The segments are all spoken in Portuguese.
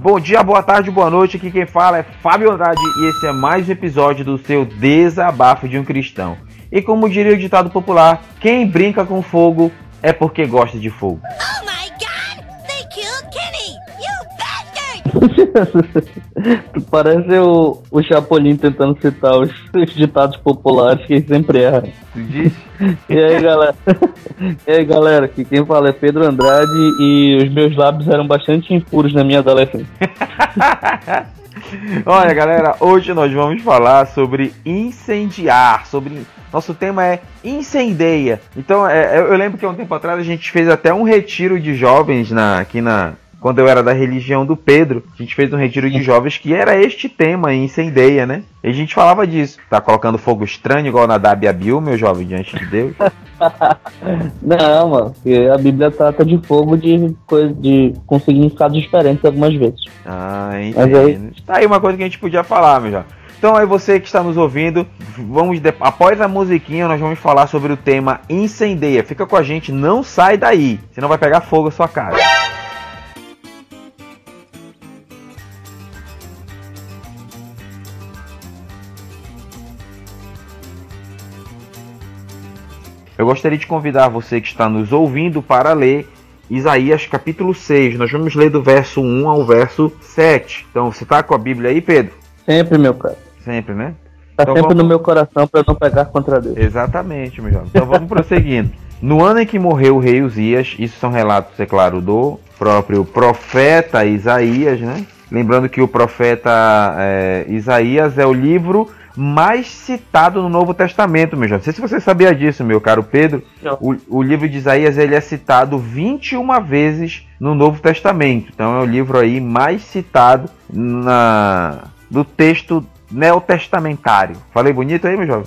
Bom dia, boa tarde, boa noite, aqui quem fala é Fábio Andrade e esse é mais um episódio do seu Desabafo de um Cristão. E como diria o ditado popular, quem brinca com fogo é porque gosta de fogo. Oh my God! They killed Kenny! You bastard! Tu parece o Chapolin tentando citar os ditados populares que ele sempre erra. Tu disse? E aí galera, aqui quem fala é Pedro Andrade e os meus lábios eram bastante impuros na minha adolescência. Olha galera, hoje nós vamos falar sobre incendiar, nosso tema é incendeia. Então eu lembro que há um tempo atrás a gente fez até um retiro de jovens quando eu era da religião do Pedro, a gente fez um retiro de jovens que era este tema, incendeia, né? E a gente falava disso. Tá colocando fogo estranho igual Nadab e Abiú, meu jovem, diante de Deus? Não, mano, porque a Bíblia trata de fogo com significados diferentes algumas vezes. Ah, entendi. Tá aí uma coisa que a gente podia falar, meu jovem. Então aí você que está nos ouvindo, após a musiquinha nós vamos falar sobre o tema incendeia. Fica com a gente, não sai daí, senão vai pegar fogo a sua casa. Eu gostaria de convidar você que está nos ouvindo para ler Isaías capítulo 6. Nós vamos ler do verso 1 ao verso 7. Então, você está com a Bíblia aí, Pedro? Sempre, meu cara. Sempre, né? Tá então, sempre no meu coração para não pegar contra Deus. Exatamente, meu jovem. Então vamos prosseguindo. No ano em que morreu o rei Uzias, isso são relatos, é claro, do próprio profeta Isaías, né? Lembrando que o profeta Isaías é o livro mais citado no Novo Testamento, meu jovem. Não sei se você sabia disso, meu caro Pedro. O livro de Isaías ele é citado 21 vezes no Novo Testamento. Então é o livro aí mais citado do texto neotestamentário. Falei bonito aí, meu jovem?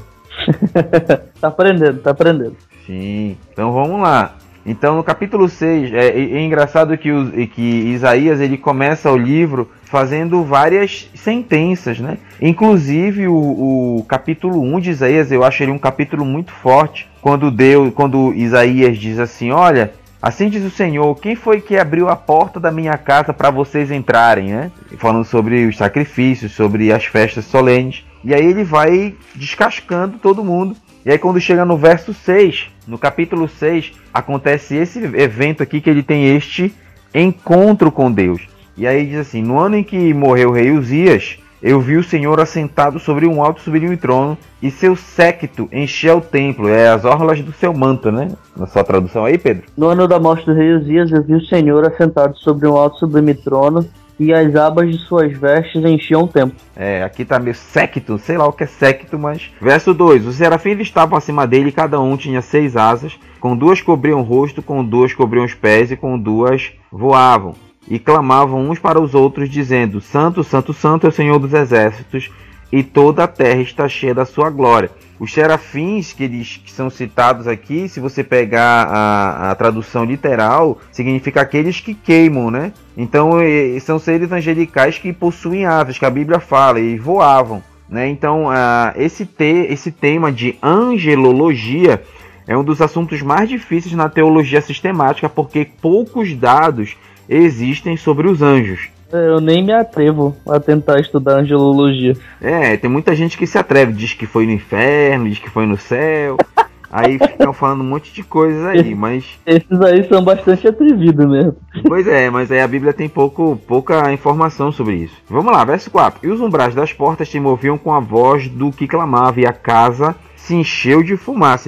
Tá aprendendo. Sim, então vamos lá. Então no capítulo 6, é engraçado que Isaías ele começa o livro fazendo várias sentenças, né? Inclusive o capítulo 1 de Isaías, eu acho ele um capítulo muito forte, quando Isaías diz assim, olha, assim diz o Senhor, quem foi que abriu a porta da minha casa para vocês entrarem, né? Falando sobre os sacrifícios, sobre as festas solenes. E aí ele vai descascando todo mundo. E aí quando chega no verso 6, no capítulo 6, acontece esse evento aqui que ele tem este encontro com Deus. E aí diz assim, no ano em que morreu o rei Uzias, eu vi o Senhor assentado sobre um alto e sublime trono, e seu séquito enchia o templo, as orlas do seu manto, né? Na sua tradução aí, Pedro? No ano da morte do rei Uzias, eu vi o Senhor assentado sobre um alto e sublime trono, e as abas de suas vestes enchiam o templo. Aqui tá meio séquito, sei lá o que é séquito, mas... Verso 2, os serafins estavam acima dele, cada um tinha 6 asas, com 2 cobriam o rosto, com 2 cobriam os pés, e com 2 voavam. E clamavam uns para os outros, dizendo, Santo, Santo, Santo é o Senhor dos Exércitos, e toda a terra está cheia da sua glória. Os serafins que são citados aqui, se você pegar a tradução literal, significa aqueles que queimam, né? Então, são seres angelicais que possuem asas, que a Bíblia fala, e voavam, né? Então, esse tema de angelologia é um dos assuntos mais difíceis na teologia sistemática, porque poucos dados existem sobre os anjos. Eu nem me atrevo a tentar estudar angelologia. Tem muita gente que se atreve, diz que foi no inferno, diz que foi no céu, aí ficam falando um monte de coisas aí, mas... Esses aí são bastante atrevidos mesmo. Pois é, mas aí a Bíblia tem pouca informação sobre isso. Vamos lá, verso 4. E os umbrais das portas se moviam com a voz do que clamava, e a casa se encheu de fumaça.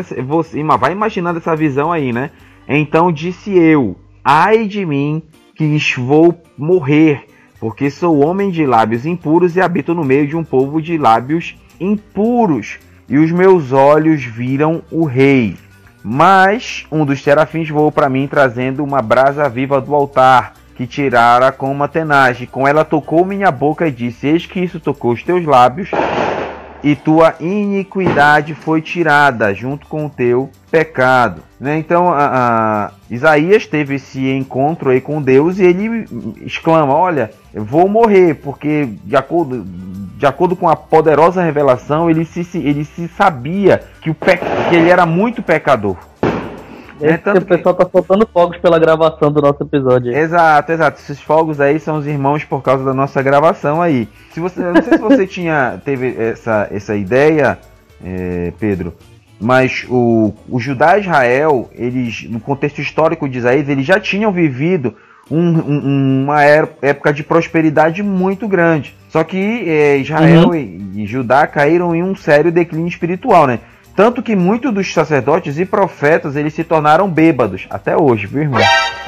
Vai imaginando essa visão aí, né? Então disse eu, ai de mim, que vou morrer, porque sou homem de lábios impuros e habito no meio de um povo de lábios impuros, e os meus olhos viram o rei. Mas um dos serafins voou para mim, trazendo uma brasa viva do altar, que tirara com uma tenagem. Com ela tocou minha boca e disse, eis que isso tocou os teus lábios, e tua iniquidade foi tirada junto com o teu pecado. Né? Então Isaías teve esse encontro aí com Deus e ele exclama, olha, eu vou morrer, porque de acordo com a poderosa revelação, ele se sabia que ele era muito pecador. Tanto o pessoal tá soltando fogos pela gravação do nosso episódio. Exato. Esses fogos aí são os irmãos por causa da nossa gravação aí. Eu não sei se você teve essa ideia, Pedro, mas o Judá e Israel, eles, no contexto histórico de Isaías, eles já tinham vivido uma época de prosperidade muito grande. Só que Israel e Judá caíram em um sério declínio espiritual, né? Tanto que muitos dos sacerdotes e profetas, eles se tornaram bêbados. Até hoje, viu, irmão?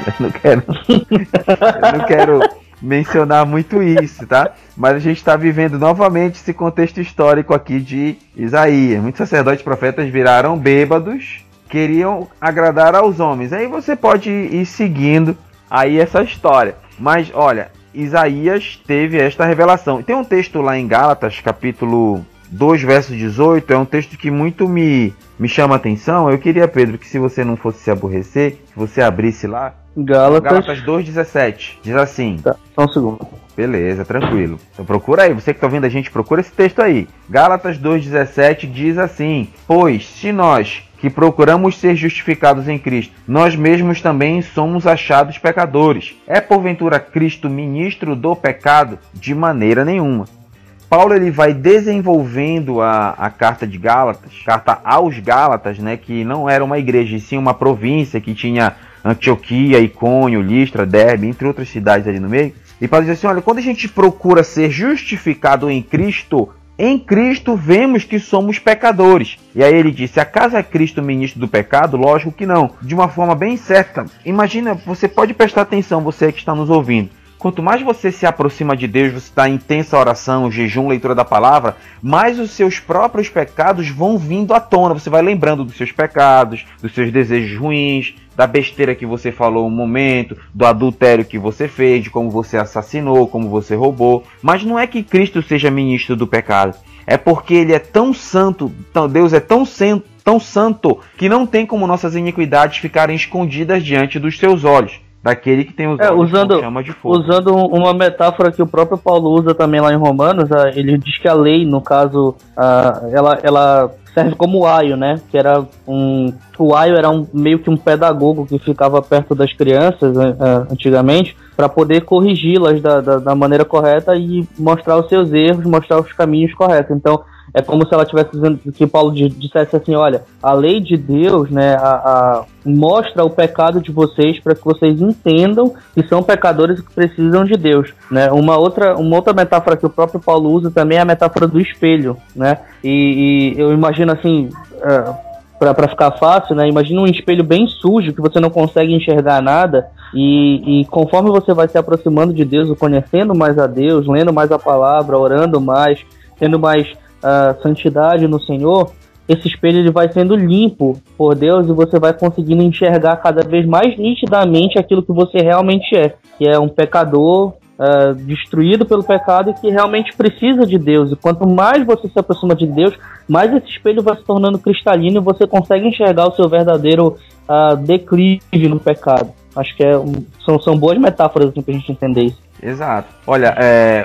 Eu não quero mencionar muito isso, tá? Mas a gente está vivendo novamente esse contexto histórico aqui de Isaías. Muitos sacerdotes e profetas viraram bêbados, queriam agradar aos homens. Aí você pode ir seguindo aí essa história. Mas, olha, Isaías teve esta revelação. Tem um texto lá em Gálatas, capítulo 2, verso 18, é um texto que muito me chama a atenção. Eu queria, Pedro, que se você não fosse se aborrecer, que você abrisse lá. Gálatas 2,17. Diz assim. Tá, só um segundo. Beleza, tranquilo. Então procura aí, você que está ouvindo a gente, procura esse texto aí. Gálatas 2,17 diz assim: pois, se nós que procuramos ser justificados em Cristo, nós mesmos também somos achados pecadores, é porventura Cristo ministro do pecado? De maneira nenhuma. Paulo ele vai desenvolvendo a carta de Gálatas, carta aos Gálatas, né, que não era uma igreja, e sim uma província que tinha Antioquia, Icônio, Listra, Derbe, entre outras cidades ali no meio. E Paulo diz assim: olha, quando a gente procura ser justificado em Cristo vemos que somos pecadores. E aí ele disse: acaso é Cristo ministro do pecado? Lógico que não. De uma forma bem certa. Imagina, você pode prestar atenção, você que está nos ouvindo. Quanto mais você se aproxima de Deus, você está em intensa oração, jejum, leitura da palavra, mais os seus próprios pecados vão vindo à tona. Você vai lembrando dos seus pecados, dos seus desejos ruins, da besteira que você falou um momento, do adultério que você fez, de como você assassinou, como você roubou. Mas não é que Cristo seja ministro do pecado. É porque Ele é tão santo, Deus é tão santo, que não tem como nossas iniquidades ficarem escondidas diante dos seus olhos. Daquele que tem os olhos como chama de fogo. Usando uma metáfora que o próprio Paulo usa também lá em Romanos, ele diz que a lei, no caso, ela serve como aio, né? Que era o aio era meio que um pedagogo que ficava perto das crianças antigamente, para poder corrigi-las da maneira correta e mostrar os seus erros, mostrar os caminhos corretos. Então, é como se ela estivesse dizendo que Paulo dissesse assim: olha, a lei de Deus, né, mostra o pecado de vocês para que vocês entendam que são pecadores e que precisam de Deus, né? Uma outra metáfora que o próprio Paulo usa também é a metáfora do espelho, né? E eu imagino assim, para ficar fácil, né? Imagina um espelho bem sujo que você não consegue enxergar nada. E conforme você vai se aproximando de Deus, conhecendo mais a Deus, lendo mais a palavra, orando mais, tendo mais santidade no Senhor, esse espelho ele vai sendo limpo por Deus e você vai conseguindo enxergar cada vez mais nitidamente aquilo que você realmente é, que é um pecador destruído pelo pecado e que realmente precisa de Deus. E quanto mais você se aproxima de Deus, mais esse espelho vai se tornando cristalino e você consegue enxergar o seu verdadeiro declive no pecado. Acho que são boas metáforas assim, pra gente entender isso. Exato. Olha,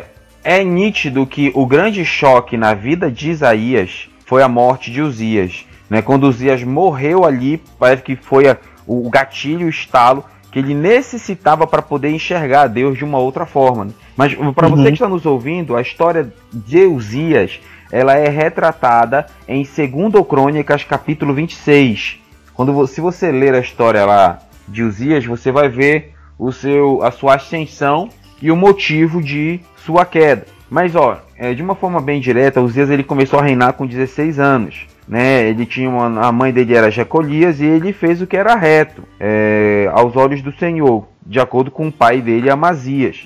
é nítido que o grande choque na vida de Isaías foi a morte de Uzias, né? Quando Uzias morreu ali, parece que foi o gatilho, o estalo que ele necessitava para poder enxergar a Deus de uma outra forma, né? Mas para você que está nos ouvindo, a história de Uzias, ela é retratada em 2 Crônicas, capítulo 26. Se você ler a história lá de Uzias, você vai ver a sua ascensão e o motivo de sua queda. Mas de uma forma bem direta, Uzias ele começou a reinar com 16 anos. Né? Ele tinha a mãe dele era Jecolias e ele fez o que era reto aos olhos do Senhor, de acordo com o pai dele, Amazias.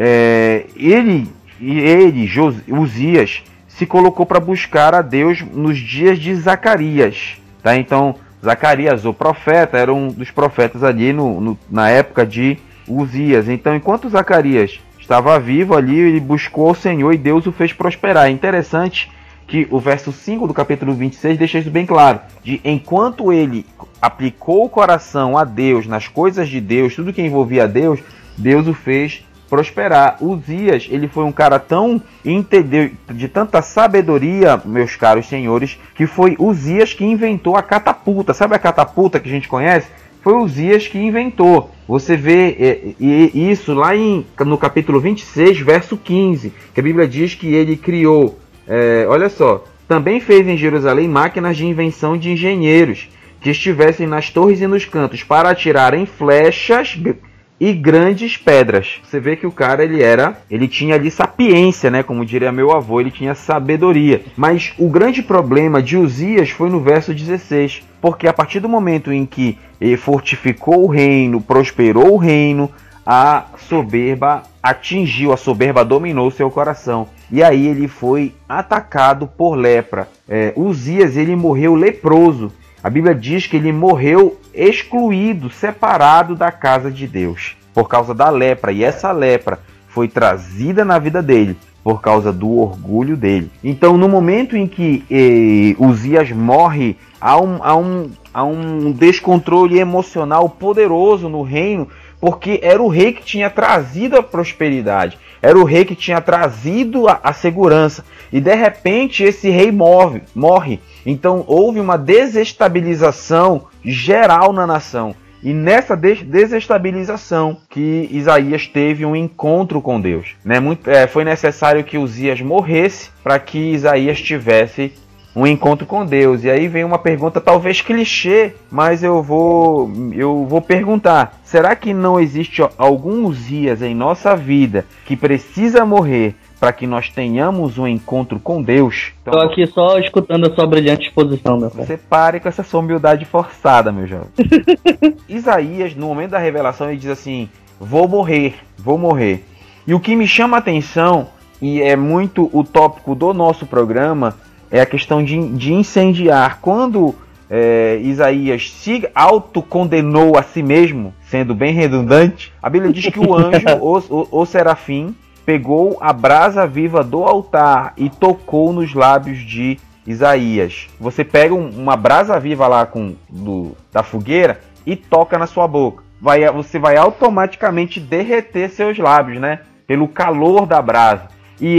Uzias, se colocou para buscar a Deus nos dias de Zacarias. Tá? Então, Zacarias, o profeta, era um dos profetas ali na época de Uzias. Então, enquanto Zacarias estava vivo ali, ele buscou o Senhor e Deus o fez prosperar. É interessante que o verso 5 do capítulo 26 deixa isso bem claro. Enquanto ele aplicou o coração a Deus, nas coisas de Deus, tudo que envolvia a Deus, Deus o fez prosperar. Uzias, ele foi um cara de tanta sabedoria, meus caros senhores, que foi Uzias que inventou a catapulta. Sabe a catapulta que a gente conhece? foi Uzias que inventou. Você vê isso lá no capítulo 26, verso 15, que a Bíblia diz que ele criou, olha só, também fez em Jerusalém máquinas de invenção de engenheiros, que estivessem nas torres e nos cantos, para atirarem flechas e grandes pedras. Você vê que o cara, ele tinha ali sapiência, né? Como diria meu avô, ele tinha sabedoria. Mas o grande problema de Uzias foi no verso 16, porque a partir do momento em que ele fortificou o reino, prosperou o reino, a soberba dominou seu coração. E aí ele foi atacado por lepra. Uzias, ele morreu leproso. A Bíblia diz que ele morreu excluído, separado da casa de Deus, por causa da lepra. E essa lepra foi trazida na vida dele por causa do orgulho dele. Então, no momento em que Uzias morre, há um descontrole emocional poderoso no reino, porque era o rei que tinha trazido a prosperidade, era o rei que tinha trazido a segurança. E de repente esse rei morre. Então houve uma desestabilização geral na nação. E nessa desestabilização que Isaías teve um encontro com Deus. Foi necessário que Uzias morresse para que Isaías tivesse um encontro com Deus. E aí vem uma pergunta talvez clichê, mas eu vou perguntar: será que não existe algum Uzias em nossa vida que precisa morrer para que nós tenhamos um encontro com Deus? Estou aqui só escutando a sua brilhante exposição, meu pai. Você pare com essa sua humildade forçada, meu jovem. Isaías, no momento da revelação, ele diz assim: vou morrer. E o que me chama a atenção, e é muito o tópico do nosso programa, é a questão de incendiar. Quando Isaías se autocondenou a si mesmo, sendo bem redundante, a Bíblia diz que o anjo, o serafim, pegou a brasa viva do altar e tocou nos lábios de Isaías. Você pega uma brasa viva lá da fogueira e toca na sua boca. Você vai automaticamente derreter seus lábios, né? Pelo calor da brasa.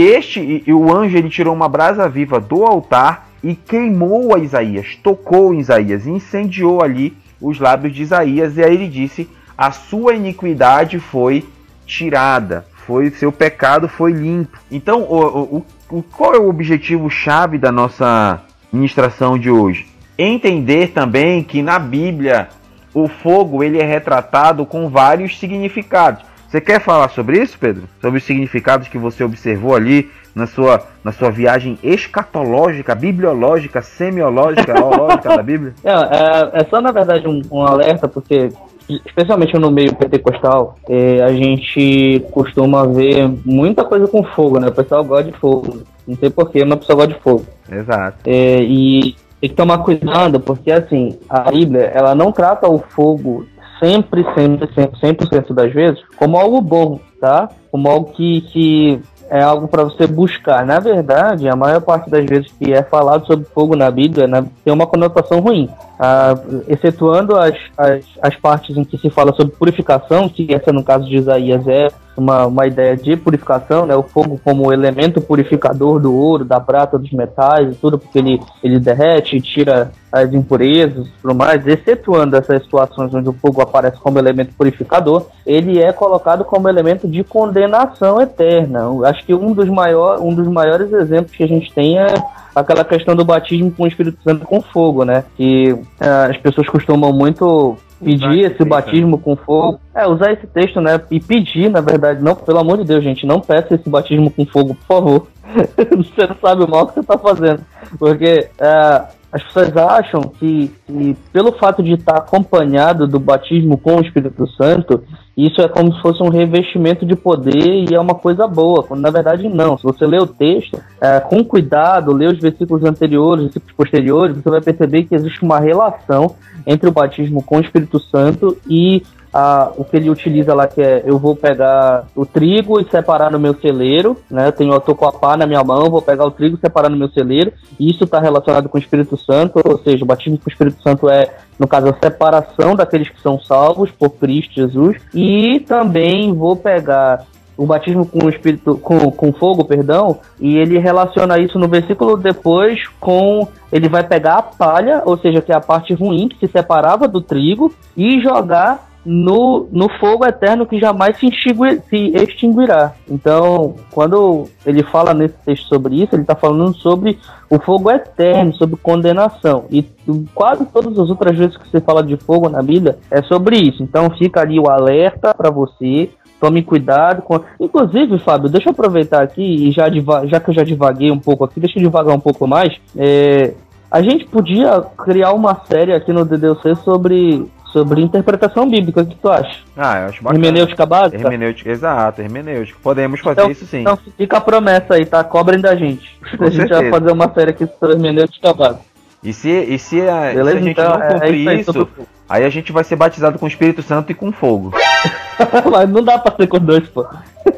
E o anjo, ele tirou uma brasa viva do altar e queimou a Isaías, tocou em Isaías, incendiou ali os lábios de Isaías. E aí ele disse: a sua iniquidade foi tirada, seu pecado foi limpo. Então, qual é o objetivo-chave da nossa ministração de hoje? Entender também que na Bíblia o fogo, ele é retratado com vários significados. Você quer falar sobre isso, Pedro? Sobre os significados que você observou ali na sua viagem escatológica, bibliológica, semiológica, ológica da Bíblia? É só, na verdade, um alerta, porque, especialmente no meio pentecostal, a gente costuma ver muita coisa com fogo, né? O pessoal gosta de fogo. Não sei porquê, mas o pessoal gosta de fogo. Exato. E tem que tomar cuidado, porque, assim, a Bíblia, ela não trata o fogo 100% das vezes como algo bom, tá? Como algo que é algo para você buscar. Na verdade, a maior parte das vezes que é falado sobre fogo na Bíblia tem uma conotação ruim. Excetuando as partes em que se fala sobre purificação, que essa no caso de Isaías é uma ideia de purificação, né? O fogo como elemento purificador do ouro, da prata, dos metais e tudo, porque ele derrete e tira as impurezas e tudo mais. Excetuando essas situações onde o fogo aparece como elemento purificador, ele é colocado como elemento de condenação eterna. Acho que um dos maiores exemplos que a gente tem é aquela questão do batismo com o Espírito Santo com fogo, né? Que as pessoas costumam muito pedir esse batismo com fogo. Usar esse texto, né? E pedir, na verdade. Não, pelo amor de Deus, gente, não peça esse batismo com fogo, por favor. Você não sabe o mal que você está fazendo. Porque as pessoas acham que pelo fato de estar acompanhado do batismo com o Espírito Santo, isso é como se fosse um revestimento de poder e é uma coisa boa, quando na verdade não. Se você ler o texto com cuidado, ler os versículos anteriores, versículos posteriores, você vai perceber que existe uma relação entre o batismo com o Espírito Santo e o que ele utiliza lá, que é: eu vou pegar o trigo e separar no meu celeiro, né? Eu tô com a pá na minha mão, vou pegar o trigo e separar no meu celeiro. E isso está relacionado com o Espírito Santo, ou seja, o batismo com o Espírito Santo é, no caso, a separação daqueles que são salvos por Cristo Jesus. E também vou pegar o batismo com o Espírito, com fogo, perdão, e ele relaciona isso no versículo depois com, ele vai pegar a palha, ou seja, que é a parte ruim que se separava do trigo, e jogar no fogo eterno que jamais se extinguirá. Então, quando ele fala nesse texto sobre isso, ele está falando sobre o fogo eterno, sobre condenação. E quase todas as outras vezes que você fala de fogo na Bíblia é sobre isso. Então, fica ali o alerta para você. Tome cuidado com... Inclusive, Fábio, deixa eu aproveitar aqui, e já que eu já divaguei um pouco aqui, deixa eu divagar um pouco mais. A gente podia criar uma série aqui no DDC sobre interpretação bíblica. O que tu acha? Eu acho bacana. Hermenêutica básica? Hermenêutica, exato, hermenêutica. Podemos fazer então, isso sim. Então fica a promessa aí, tá? Cobrem da gente. A gente vai fazer uma série aqui sobre hermenêutica básica. E se a gente então, não cumprir isso, aí a gente vai ser batizado com o Espírito Santo e com fogo. Mas não dá pra ser com dois, pô.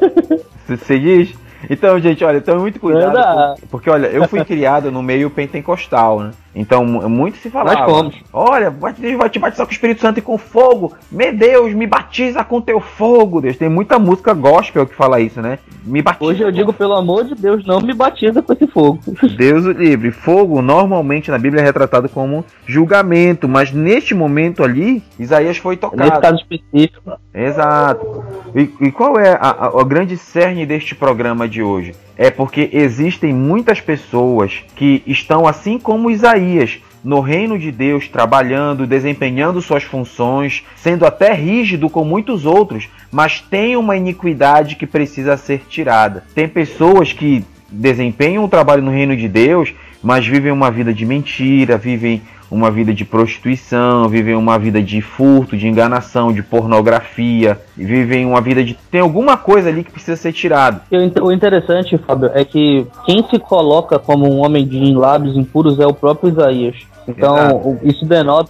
Você diz? Então, gente, olha, tome muito cuidado. Porque, olha, eu fui criado no meio pentecostal, né? Então, muito se falava. Nós fomos. Olha, Deus vai te batizar com o Espírito Santo e com fogo. Meu Deus, me batiza com teu fogo, Deus. Tem muita música gospel que fala isso, né? Me batiza. Hoje eu digo, pelo amor de Deus, não me batiza com esse fogo. Deus o livre. Fogo, normalmente, na Bíblia é retratado como julgamento. Mas, neste momento ali, Isaías foi tocado. Nesse caso específico. Exato. E qual é a grande cerne deste programa de hoje? É porque existem muitas pessoas que estão assim como Isaías, no reino de Deus, trabalhando, desempenhando suas funções, sendo até rígido com muitos outros, mas tem uma iniquidade que precisa ser tirada. Tem pessoas que desempenham o trabalho no reino de Deus, mas vivem uma vida de mentira, vivem uma vida de prostituição, vivem uma vida de furto, de enganação, de pornografia, vivem uma vida de... Tem alguma coisa ali que precisa ser tirado. O interessante, Fábio, é que quem se coloca como um homem de lábios impuros é o próprio Isaías. Então, isso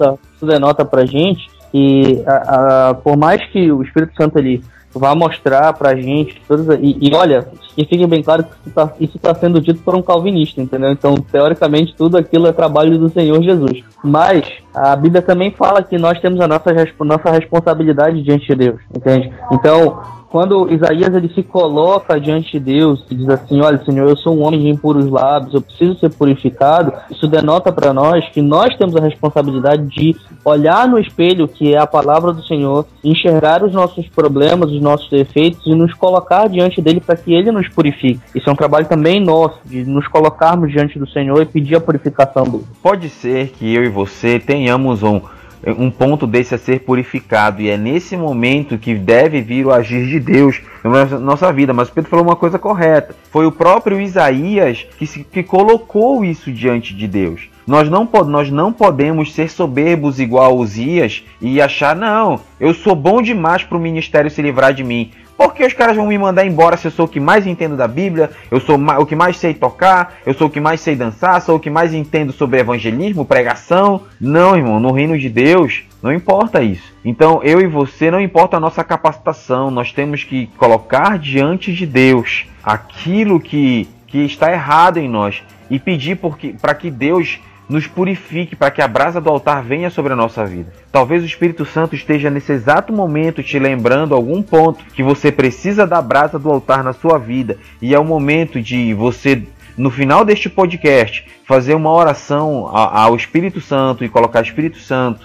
denota pra gente que, por mais que o Espírito Santo ele vá mostrar pra gente e olha, que fique bem claro que isso tá sendo dito por um calvinista, entendeu? Então, teoricamente, tudo aquilo é trabalho do Senhor Jesus. Mas a Bíblia também fala que nós temos a nossa responsabilidade diante de Deus, entende? Então, quando Isaías ele se coloca diante de Deus e diz assim, olha, Senhor, eu sou um homem de impuros lábios, eu preciso ser purificado, isso denota para nós que nós temos a responsabilidade de olhar no espelho, que é a palavra do Senhor, enxergar os nossos problemas, os nossos defeitos e nos colocar diante dele para que ele nos purifique. Isso é um trabalho também nosso, de nos colocarmos diante do Senhor e pedir a purificação dele. Pode ser que eu e você tenhamos um ponto desse a ser purificado, e é nesse momento que deve vir o agir de Deus na nossa vida. Mas Pedro falou uma coisa correta, foi o próprio Isaías que colocou isso diante de Deus. Nós não podemos ser soberbos igual Uzias e achar, não, eu sou bom demais para o ministério se livrar de mim. Porque os caras vão me mandar embora se eu sou o que mais entendo da Bíblia, eu sou o que mais sei tocar, eu sou o que mais sei dançar, sou o que mais entendo sobre evangelismo, pregação. Não, irmão, no reino de Deus não importa isso. Então, eu e você, não importa a nossa capacitação, nós temos que colocar diante de Deus aquilo que está errado em nós e pedir para que Deus nos purifique, para que a brasa do altar venha sobre a nossa vida. Talvez o Espírito Santo esteja nesse exato momento te lembrando algum ponto que você precisa da brasa do altar na sua vida, e é o momento de você, no final deste podcast, fazer uma oração ao Espírito Santo e colocar: Espírito Santo,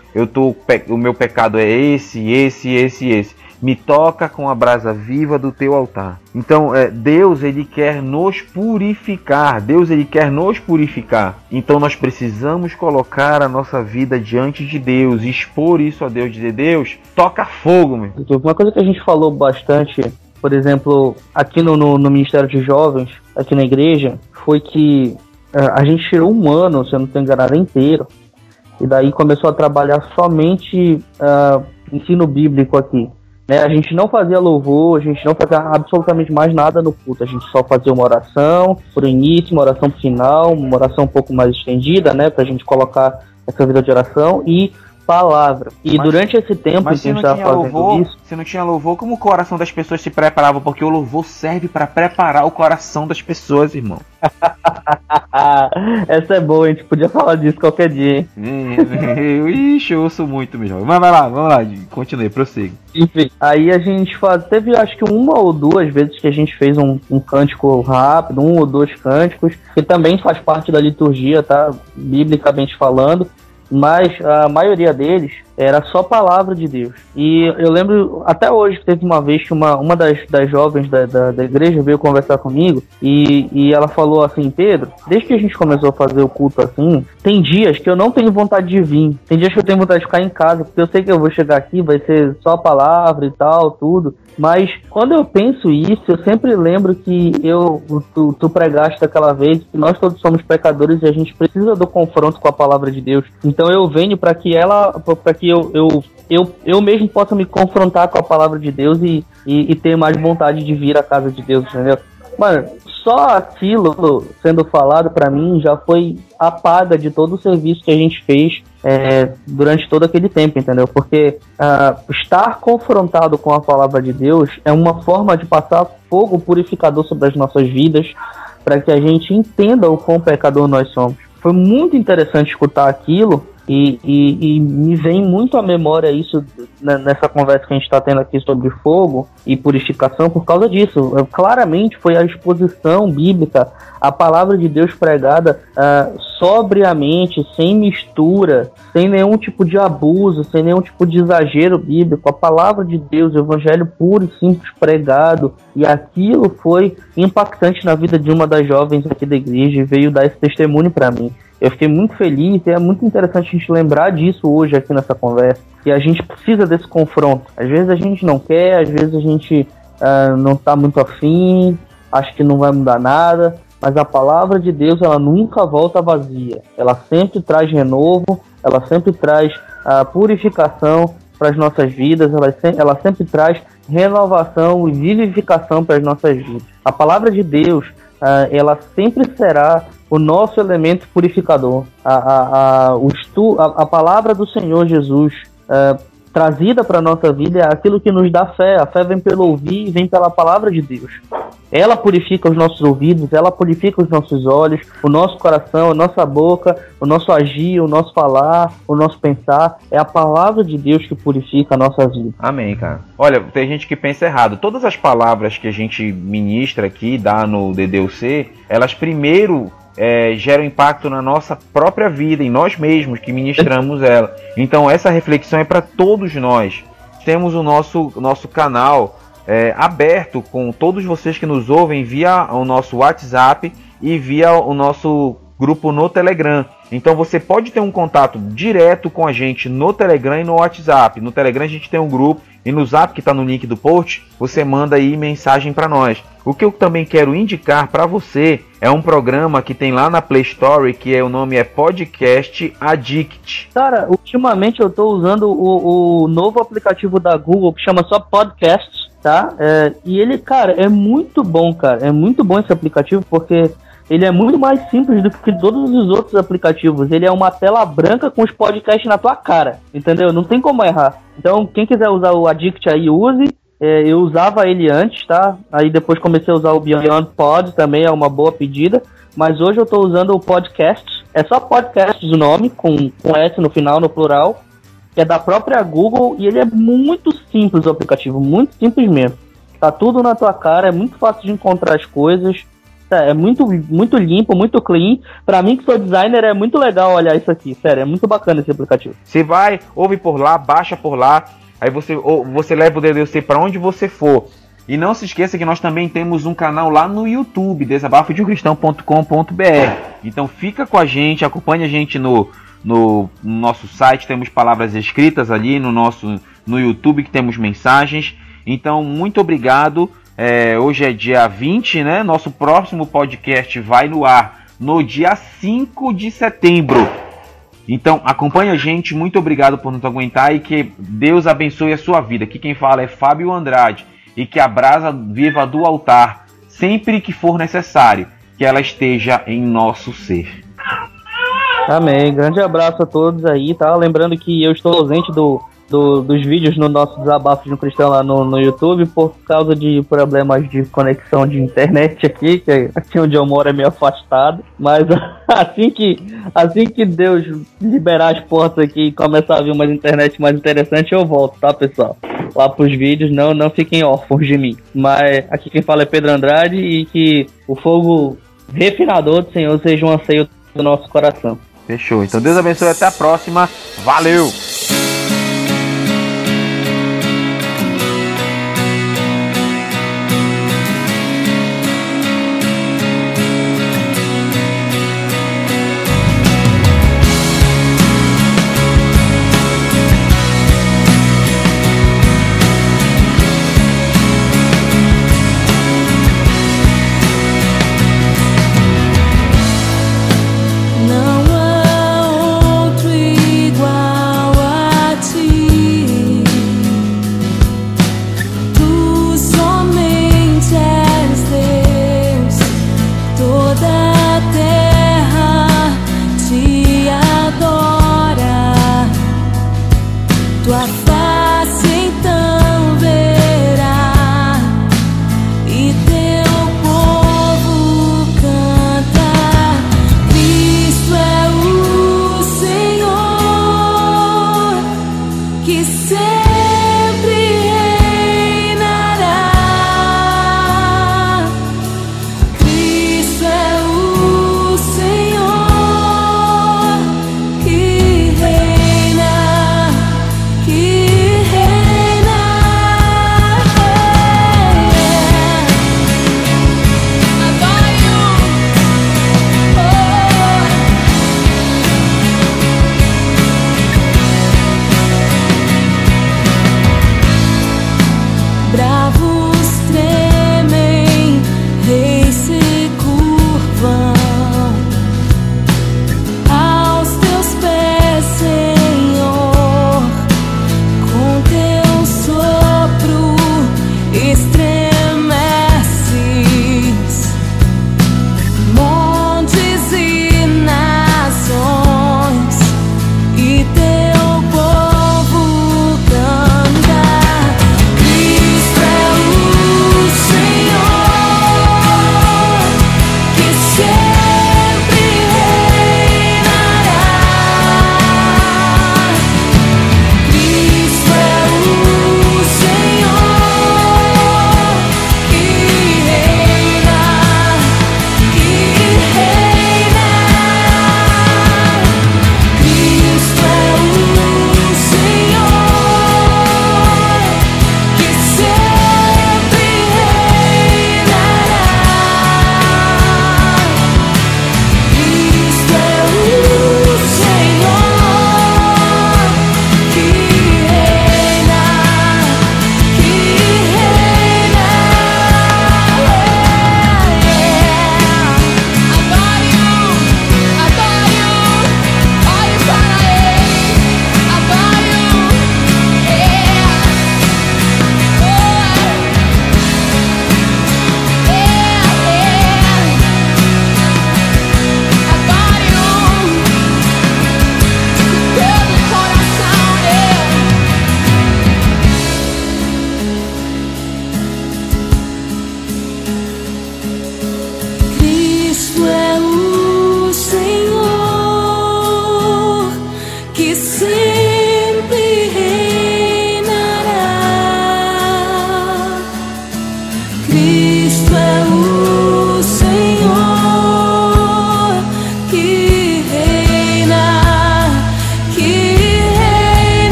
o meu pecado é esse. Me toca com a brasa viva do teu altar. Então, Deus, ele quer nos purificar. Então, nós precisamos colocar a nossa vida diante de Deus, expor isso a Deus, dizer: Deus, toca fogo, meu. Uma coisa que a gente falou bastante, por exemplo, aqui no Ministério de Jovens, aqui na igreja, foi que a gente tirou um ano, se eu não estou enganado, inteiro, e daí começou a trabalhar somente ensino bíblico aqui. A gente não fazia louvor, a gente não fazia absolutamente mais nada no culto, a gente só fazia uma oração pro início, uma oração pro final, uma oração um pouco mais estendida, pra gente colocar essa vida de oração, e palavra. E durante esse tempo mas que a gente estava fazendo louvor, isso... Se não tinha louvor, como o coração das pessoas se preparava? Porque o louvor serve para preparar o coração das pessoas, irmão. Essa é boa, a gente podia falar disso qualquer dia, hein? Ixi, eu ouço muito mesmo. Mas vai lá, vamos lá, continue, prossiga. Enfim, aí a gente teve acho que uma ou duas vezes que a gente fez um cântico rápido, um ou dois cânticos, que também faz parte da liturgia, tá? Biblicamente falando. Mas a maioria deles era só palavra de Deus. E eu lembro até hoje que teve uma vez que uma das jovens da igreja veio conversar comigo e ela falou assim: Pedro, desde que a gente começou a fazer o culto assim, tem dias que eu não tenho vontade de vir, tem dias que eu tenho vontade de ficar em casa, porque eu sei que eu vou chegar aqui, vai ser só palavra e tal, tudo. Mas quando eu penso isso, eu sempre lembro que tu pregaste aquela vez que nós todos somos pecadores e a gente precisa do confronto com a palavra de Deus. Então eu venho para que eu mesmo possa me confrontar com a palavra de Deus e ter mais vontade de vir à casa de Deus, entendeu? Mano, só aquilo sendo falado pra mim já foi a paga de todo o serviço que a gente fez durante todo aquele tempo, entendeu? Porque estar confrontado com a palavra de Deus é uma forma de passar fogo purificador sobre as nossas vidas para que a gente entenda o quão pecador nós somos. Foi muito interessante escutar aquilo e me vem muito à memória isso nessa conversa que a gente está tendo aqui sobre fogo e purificação por causa disso. Claramente foi a exposição bíblica, a palavra de Deus pregada sobriamente, sem mistura, sem nenhum tipo de abuso, sem nenhum tipo de exagero bíblico. A palavra de Deus, o evangelho puro e simples pregado, e aquilo foi impactante na vida de uma das jovens aqui da igreja e veio dar esse testemunho para mim. Eu fiquei muito feliz e é muito interessante a gente lembrar disso hoje aqui nessa conversa. E a gente precisa desse confronto. Às vezes a gente não quer, às vezes a gente não está muito afim, acha que não vai mudar nada. Mas a palavra de Deus, ela nunca volta vazia. Ela sempre traz renovo, ela sempre traz purificação para as nossas vidas, ela sempre traz renovação e vivificação para as nossas vidas. A palavra de Deus, ela sempre será o nosso elemento purificador. A palavra do Senhor Jesus trazida para a nossa vida é aquilo que nos dá fé. A fé vem pelo ouvir e vem pela palavra de Deus. Ela purifica os nossos ouvidos, ela purifica os nossos olhos, o nosso coração, a nossa boca, o nosso agir, o nosso falar, o nosso pensar. É a palavra de Deus que purifica a nossa vida. Amém, cara. Olha, tem gente que pensa errado. Todas as palavras que a gente ministra aqui, dá no DDUC, elas primeiro geram impacto na nossa própria vida, em nós mesmos que ministramos ela. Então essa reflexão é para todos nós. Temos o nosso canal aberto com todos vocês que nos ouvem via o nosso WhatsApp e via o nosso grupo no Telegram. Então você pode ter um contato direto com a gente no Telegram e no WhatsApp. No Telegram a gente tem um grupo e no Zap, que está no link do post, você manda aí mensagem para nós. O que eu também quero indicar para você é um programa que tem lá na Play Store, que o nome é Podcast Addict. Cara, ultimamente eu estou usando o novo aplicativo da Google que chama só Podcasts, tá? E ele, cara, é muito bom, cara. É muito bom esse aplicativo porque ele é muito mais simples do que todos os outros aplicativos. Ele é uma tela branca com os podcasts na tua cara, entendeu? Não tem como errar. Então, quem quiser usar o Addict aí, use. Eu usava ele antes, tá? Aí depois comecei a usar o Beyond Pod, também é uma boa pedida. Mas hoje eu tô usando o Podcast. É só Podcast o nome, com S no final, no plural. Que é da própria Google e ele é muito simples o aplicativo, muito simples mesmo. Tá tudo na tua cara, é muito fácil de encontrar as coisas. É muito, muito limpo, muito clean. Pra mim que sou designer é muito legal olhar isso aqui, sério, é muito bacana esse aplicativo. Você vai, ouve por lá, baixa por lá, aí você leva o DDUC pra onde você for. E não se esqueça que nós também temos um canal lá no YouTube, desabafodeumcristão.com.br. Então fica com a gente, acompanhe a gente no nosso site, temos palavras escritas ali no YouTube, que temos mensagens. Então muito obrigado. Hoje é dia 20, né? Nosso próximo podcast vai no ar no dia 5 de setembro. Então acompanha a gente, muito obrigado por nos aguentar e que Deus abençoe a sua vida. Aqui quem fala é Fábio Andrade e que a brasa viva do altar, sempre que for necessário, que ela esteja em nosso ser. Amém. Grande abraço a todos aí, tá? Lembrando que eu estou ausente dos vídeos no nosso Desabafo de um Cristão lá no YouTube por causa de problemas de conexão de internet aqui, que aqui onde eu moro é meio afastado. Mas assim que Deus liberar as portas aqui e começar a vir uma internet mais interessante, eu volto, tá, pessoal? Lá pros vídeos, não fiquem órfãos de mim. Mas aqui quem fala é Pedro Andrade e que o fogo refinador do Senhor seja um anseio do nosso coração. Fechou. Então Deus abençoe, até a próxima. Valeu! Não há outro igual a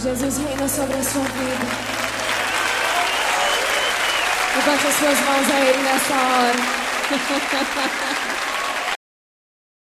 Jesus reina sobre a sua vida. Levante as suas mãos a Ele nessa hora.